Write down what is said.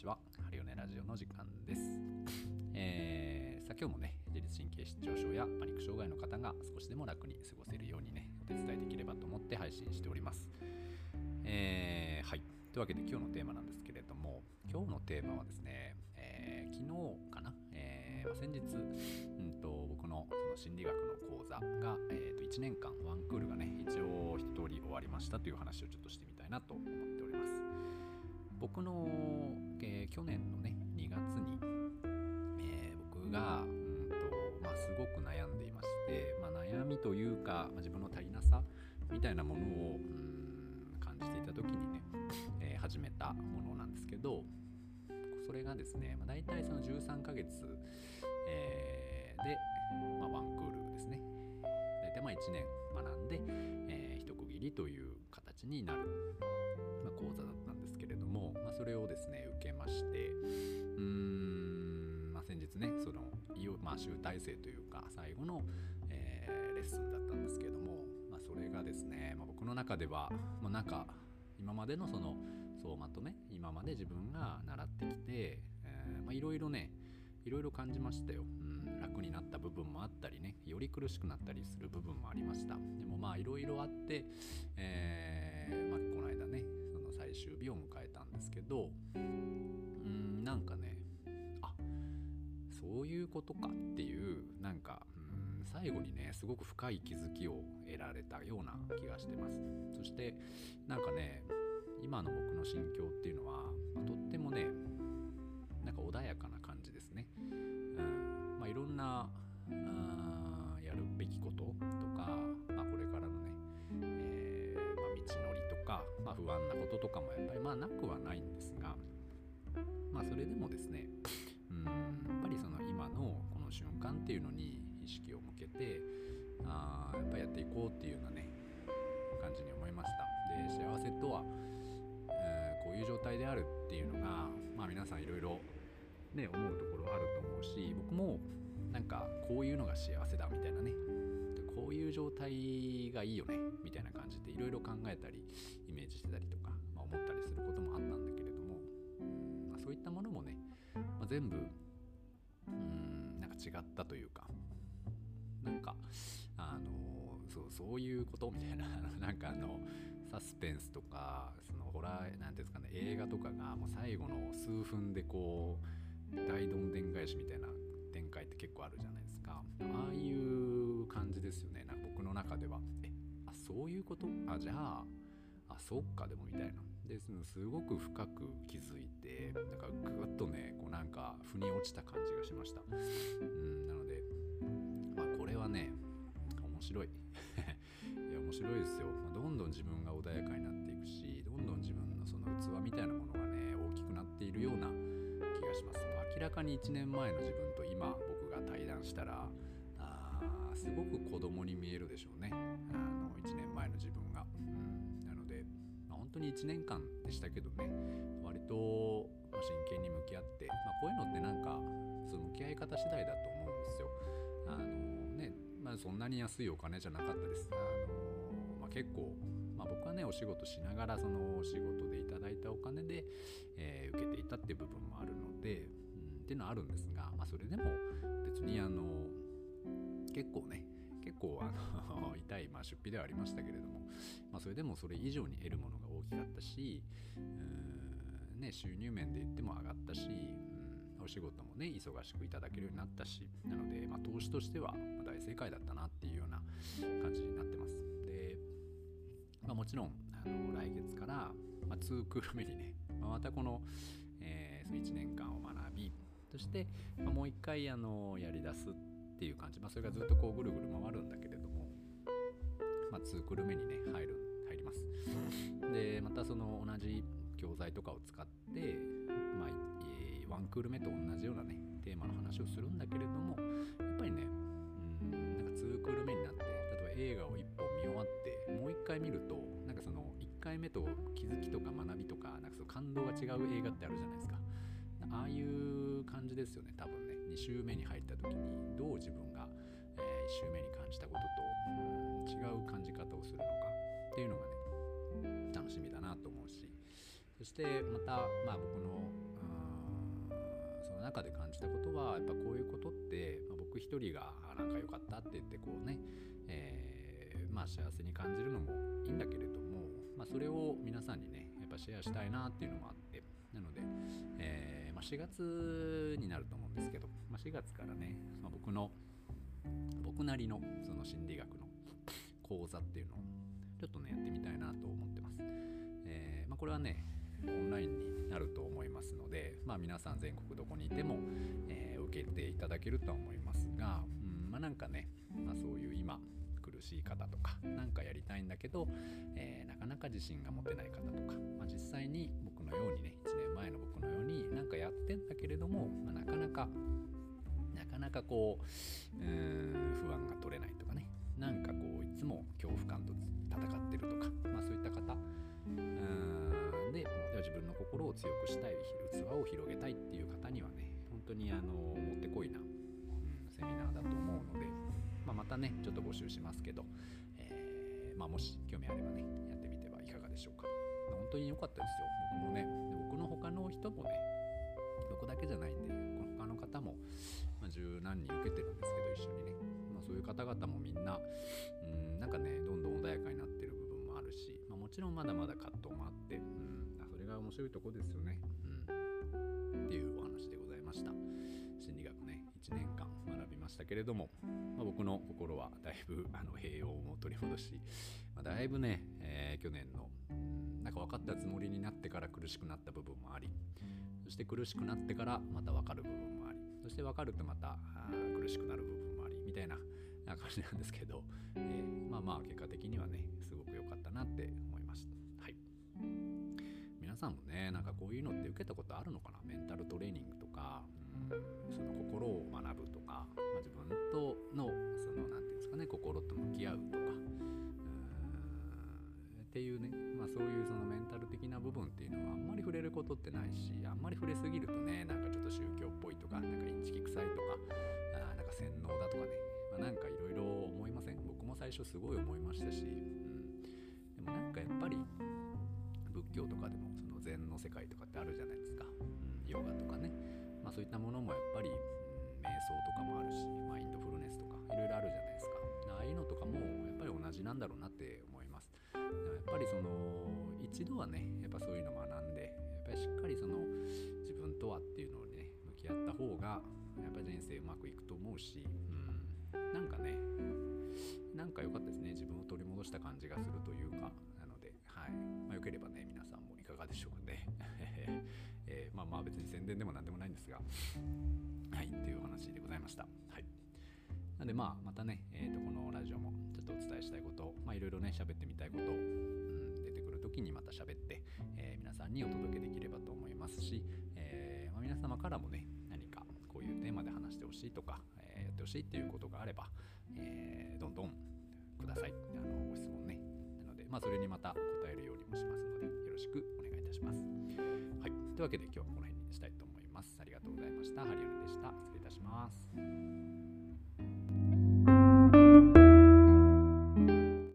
ちは。ハリオネラジオの時間です。今日もね、自律神経失調症やパニック障害の方が少しでも楽に過ごせるようにね、お手伝いできればと思って配信しております。というわけで今日のテーマなんですけれども、今日のテーマはですね、昨日かな、先日、僕のその心理学の講座が、1年間ワンクールがね、一応一通り終わりましたという話をちょっとしてみたいなと思っております。僕の、去年のね2月に、僕がすごく悩んでいまして、悩みというか、自分の足りなさみたいなものを感じていた時にね、始めたものなんですけど、それがですね、大体その13ヶ月、で、ワンクールですね。大体1年学んで、一区切りという形になる、講座だったんですけれども、それをですね受けまして、先日ねその集大成というか最後の、レッスンだったんですけれども、それがですね、僕の中では、なんか今までのその総まとめ、今まで自分が習ってきて、いろいろ感じましたよ。楽になった部分もあったりね、より苦しくなったりする部分もありました。でもいろいろあって、この間ねその最終日を迎えたんですけど、なんかね、そういうことかっていう、最後にねすごく深い気づきを得られたような気がしてます。そして今の僕の心境っていうのは、とってもね穏やかな感じですね。いろんなやるべきこととか、これからのね、道のりとか、不安なこととかもやっぱりなくはないんですが、それでもですね、やっぱりその今のこの瞬間っていうのに意識を向けて、やっぱりやっていこうっていうようなね感じに思いました。で、幸せとは、こういう状態であるっていうのが、皆さんいろいろね思うところあると思うし、僕もこういうのが幸せだみたいなね、こういう状態がいいよねみたいな感じでいろいろ考えたりイメージしてたりとか、思ったりすることもあったんだけれども、そういったものもね、全部違ったというか、そういうことみたいなサスペンスとかそのホラーなんていうんですかね、映画とかがもう最後の数分でこう大どんでん返しみたいな展開って結構あるじゃないですか。ああいう感じですよね。僕の中ではそういうこと、じゃあそっかでもみたいなですごく深く気づいて、ぐっとね腑に落ちた感じがしました。なので、これはね面白いいや面白いですよ。どんどん自分が穏やかになっていくし、どんどん自分のその器みたいなものがね大きくなっているような気がします。明らかに1年前の自分と今僕が対談したらすごく子供に見えるでしょうね。1年前の自分が、なので、本当に1年間でしたけどね、割と真剣に向き合って、こういうのってその向き合い方次第だと思うんですよ。そんなに安いお金じゃなかったです。結構、僕はねお仕事しながらそのお仕事でいただいたお金で、受けていたっていう部分もあるので、っていうのはあるんですが、それでも別に結構痛い、出費ではありましたけれども、それでもそれ以上に得るものが大きかったし、収入面で言っても上がったし、お仕事もね忙しくいただけるようになったし、なので、投資としては大正解だったなっていうような感じになってます。で、もちろん来月から、2クール目にね、またこの、1年間を学び、そして、もう一回やり出すっていう感じ、それがずっとこうぐるぐる回るんだけれども、2クール目にね入ります。で、またその同じ教材とかを使って、1クール目と同じようなねテーマの話をするんだけれども、やっぱりね2クール目になって、例えば映画を1本見終わってもう1回見ると、その1回目と気づきとか学びとか、その感動が違う映画ってあるじゃないですか。ああいう感じですよね。多分ね2週目に入った時にどう自分が、1週目に感じたことと、違う感じ方をするのかっていうのがね楽しみだなと思うし、そしてまた僕の中で感じたことは、やっぱこういうことって、僕一人がなんか良かったって言ってこうね、幸せに感じるのもいいんだけれども、それを皆さんにねやっぱシェアしたいなっていうのもあって、なので、4月になると思うんですけど、4月からね、僕なりのその心理学の講座っていうのをちょっとねやってみたいなと思ってます。これはねオンラインになると思いますので、皆さん全国どこにいても、受けていただけるとは思いますが、なんかね、そういう今苦しい方とか、なんかやりたいんだけど、なかなか自信が持てない方とか、実際に僕のようにね、1年前の僕のようになんかやってんだけれども、なかなかこう、不安が取れないとかね、なんかこういつも恐怖感と戦ってるとか、そういった方で自分の心を強くしたい、器を広げたいっていう方にはね、本当にもってこいな、セミナーだと思うので、またねちょっと募集しますけど、もし興味あればねやってみてはいかがでしょうか。本当に良かったですよ。僕もね、僕の他の人もね、僕だけじゃないんで、他の方も、十何人受けてるんですけど、一緒にね、そういう方々もみんななんかねどんどん穏やかになってる部分もあるし、もちろんまだまだ葛藤もあって、それが面白いとこですよね、っていうお話でございました。心理学ね1年間学びましたけれども、僕の心はだいぶ平穏を取り戻し、だいぶね、去年のなんか分かったつもりになってから苦しくなった部分もあり、そして苦しくなってからまた分かる部分もあり、そして分かるとまた苦しくなる部分もありみたいな感じなんですけど、結果的にはねすごく良かったなって思いました。はい。皆さんもね、なんかこういうのって受けたことあるのかな。メンタルトレーニングとか、その心を学ぶとか、自分とのそのなんていうんですかね、心と向き合うとか、っていうね、そういうそのメンタル的な部分っていうのはあんまり触れることってないし、あんまり触れすぎるとね、なんかちょっと宗教っぽいとか、なんかインチキ臭いとか、なんか洗脳だとかね、なんかいろいろ思いません？僕も最初すごい思いましたし、でもなんかやっぱり仏教とかでもその禅の世界とかってあるじゃないですか、ヨガとかね、そういったものもやっぱり、瞑想とかもあるし、マインドフルネスとかいろいろあるじゃないですか。ああいうのとかもやっぱり同じなんだろうなって思います。やっぱりその一度はね、やっぱそういうのを学んで、やっぱりしっかりその自分とはっていうのをね向き合った方がやっぱり人生うまくいくと思うし、なんかね、なんか良かったですね。自分を取り戻した感じがするというか、なので、よければね皆さんもいかがでしょうかね。別に宣伝でもなんでもないんですが、はい、っていうお話でございました。はい。なのでまたね、このラジオもちょっとお伝えしたいことを、いろいろね喋ってみたいことを、出てくる時にまた喋って、皆さんにお届けできればと思いますし、皆様からもね何かこういうテーマで話してほしいとか、やってほしいっていうことがあれば、どんどんください。ご質問ね。なのでそれにまた答えるようにもしますので、よろしくお願いいたします。はい。というわけで今日はこの辺にしたいと思います。ありがとうございました。ハリオネでした。失礼いたします。